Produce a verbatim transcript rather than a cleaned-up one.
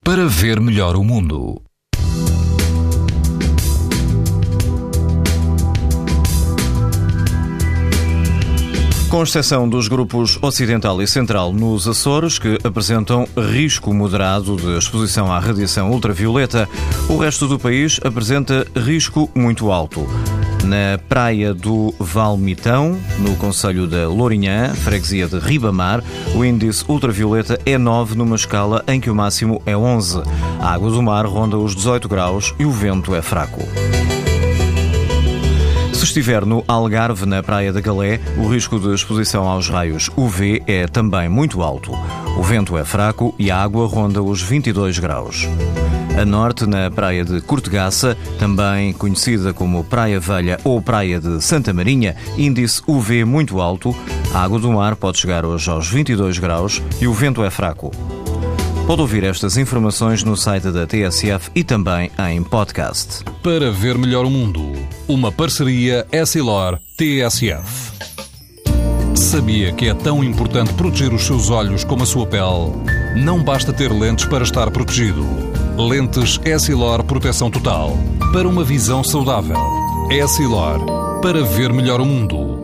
para ver melhor o mundo. Com exceção dos grupos Ocidental e Central nos Açores, que apresentam risco moderado de exposição à radiação ultravioleta, o resto do país apresenta risco muito alto. Na praia do Valmitão, no concelho da Lourinhã, freguesia de Ribamar, o índice ultravioleta é nove numa escala em que o máximo é onze. A água do mar ronda os dezoito graus e o vento é fraco. Se estiver no Algarve, na Praia da Galé, o risco de exposição aos raios U V é também muito alto. O vento é fraco e a água ronda os vinte e dois graus. A norte, na Praia de Cortegaça, também conhecida como Praia Velha ou Praia de Santa Marinha, índice U V muito alto, a água do mar pode chegar hoje aos vinte e dois graus e o vento é fraco. Pode ouvir estas informações no site da T S F e também em podcast. Para ver melhor o mundo, uma parceria Essilor-T S F. Sabia que é tão importante proteger os seus olhos como a sua pele? Não basta ter lentes para estar protegido. Lentes Essilor Proteção Total. Para uma visão saudável. Essilor. Para ver melhor o mundo.